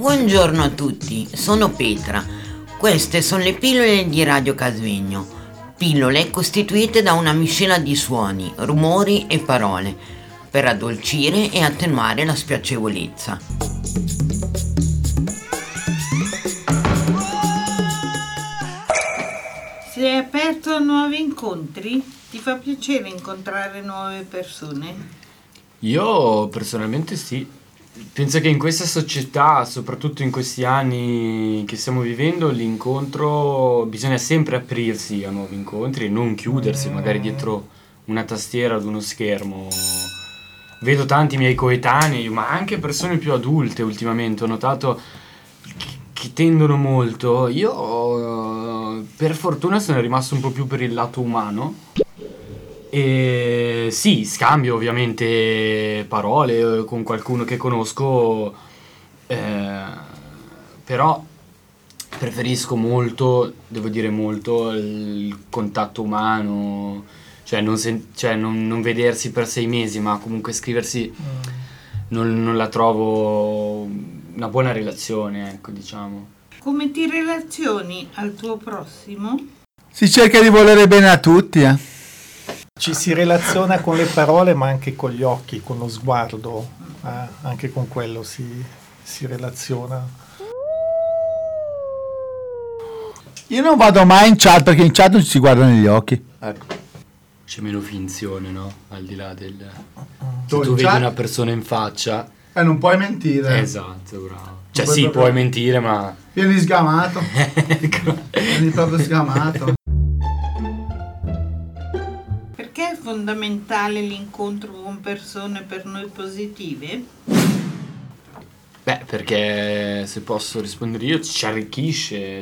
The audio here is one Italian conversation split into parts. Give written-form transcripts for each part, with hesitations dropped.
Buongiorno a tutti, sono Petra. Queste sono le pillole di Radio Casvegno. Pillole costituite da una miscela di suoni, rumori e parole per addolcire e attenuare la spiacevolezza. Sei aperto a nuovi incontri? Ti fa piacere incontrare nuove persone? Io personalmente sì. Penso che in questa società, soprattutto in questi anni che stiamo vivendo, l'incontro bisogna sempre aprirsi a nuovi incontri e non chiudersi magari dietro una tastiera ad uno schermo. Vedo tanti miei coetanei, ma anche persone più adulte ultimamente, ho notato che tendono molto. Io per fortuna sono rimasto un po' più per il lato umano. E sì, scambio ovviamente parole con qualcuno che conosco, però preferisco molto, devo dire molto, il contatto umano, cioè non vedersi per 6 mesi, ma comunque scriversi non la trovo una buona relazione, ecco, diciamo. Come ti relazioni al tuo prossimo? Si cerca di volere bene a tutti, Ci si relaziona con le parole ma anche con gli occhi, con lo sguardo, anche con quello si relaziona. Io non vado mai in chat perché in chat non ci si guarda negli occhi. Ecco. C'è meno finzione, no? Al di là del... Tu Se tu in vedi chat- una persona in faccia... non puoi mentire. Esatto, bravo. Cioè puoi sì, proprio- puoi mentire, ma... Vieni sgamato. Ecco. Vieni proprio sgamato. Perché è fondamentale l'incontro con persone per noi positive? Beh, perché se posso rispondere io, ci arricchisce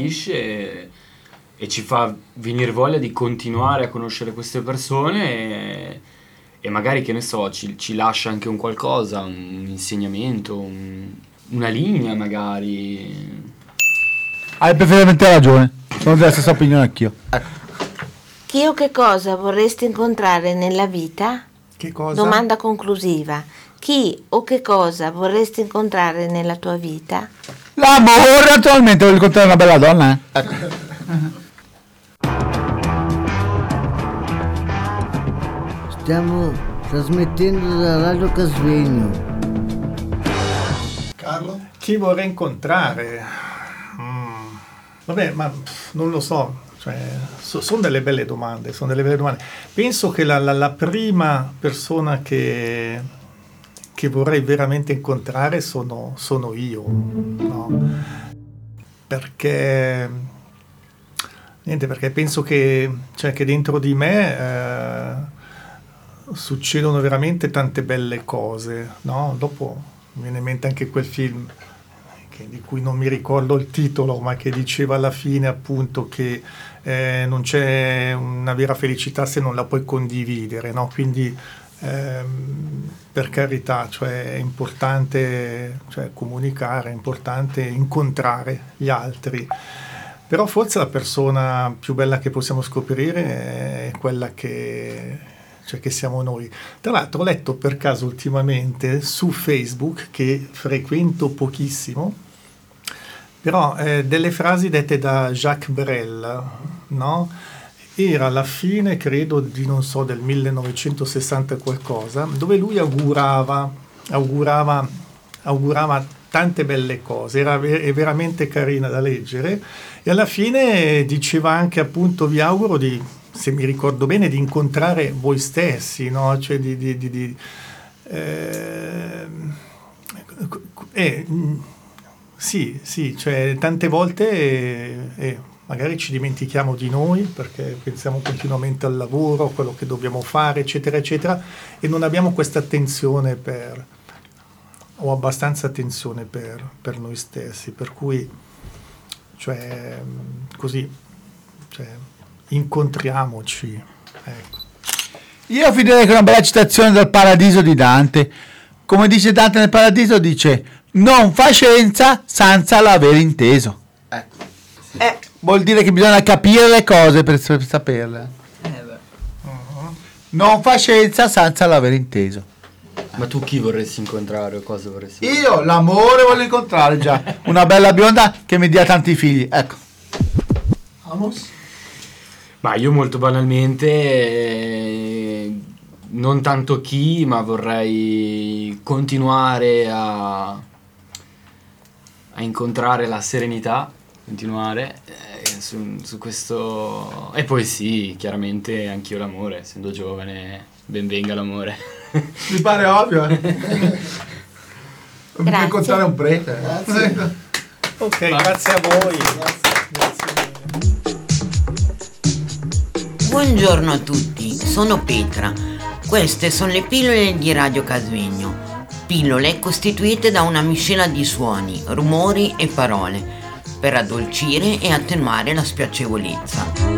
e ci fa venire voglia di continuare a conoscere queste persone e magari, che ne so, ci lascia anche un qualcosa, un insegnamento, una linea magari. Hai perfettamente ragione. Sono della stessa opinione anch'io. Chi o che cosa vorresti incontrare nella vita? Che cosa? Domanda conclusiva. Chi o che cosa vorresti incontrare nella tua vita? L'amore, naturalmente, voglio incontrare una bella donna. Stiamo trasmettendo da Radio Casvegno. Carlo? Chi vorrei incontrare? Vabbè, ma non lo so. Cioè, sono delle belle domande, Penso che la prima persona che vorrei veramente incontrare sono io, no? Perché penso che dentro di me succedono veramente tante belle cose, no? Dopo mi viene in mente anche quel film di cui non mi ricordo il titolo, ma che diceva alla fine appunto che non c'è una vera felicità se non la puoi condividere, no? Quindi per carità, cioè è importante, comunicare, è importante incontrare gli altri, però forse la persona più bella che possiamo scoprire è quella che siamo noi. Tra l'altro ho letto per caso ultimamente su Facebook, che frequento pochissimo, però delle frasi dette da Jacques Brel, no? Era alla fine, credo, del 1960 qualcosa, dove lui augurava tante belle cose, è veramente carina da leggere, e alla fine diceva anche appunto: vi auguro se mi ricordo bene, di incontrare voi stessi, no? Cioè sì, cioè tante volte magari ci dimentichiamo di noi perché pensiamo continuamente al lavoro, a quello che dobbiamo fare, eccetera, eccetera, e non abbiamo questa attenzione o abbastanza attenzione per noi stessi, per cui, incontriamoci, ecco. Io finirei con una bella citazione dal Paradiso di Dante. Come dice Dante nel Paradiso, dice: non fa scienza senza l'aver inteso. Vuol dire che bisogna capire le cose per saperle. Non fa scienza senza l'aver inteso. Ma tu chi vorresti incontrare o cosa vorresti Io l'amore voglio incontrare già. Una bella bionda che mi dia tanti figli. Ecco. Amos? Ma io molto banalmente, non tanto chi, ma vorrei continuare a incontrare la serenità, continuare su questo. E poi sì, chiaramente anch'io l'amore, essendo giovane, ben venga l'amore. Mi pare ovvio. Mi puoi incontrare un prete. Ok, grazie a voi. Buongiorno a tutti, sono Petra. Queste sono le pillole di Radio Casvegno. Pillole costituite da una miscela di suoni, rumori e parole per addolcire e attenuare la spiacevolezza.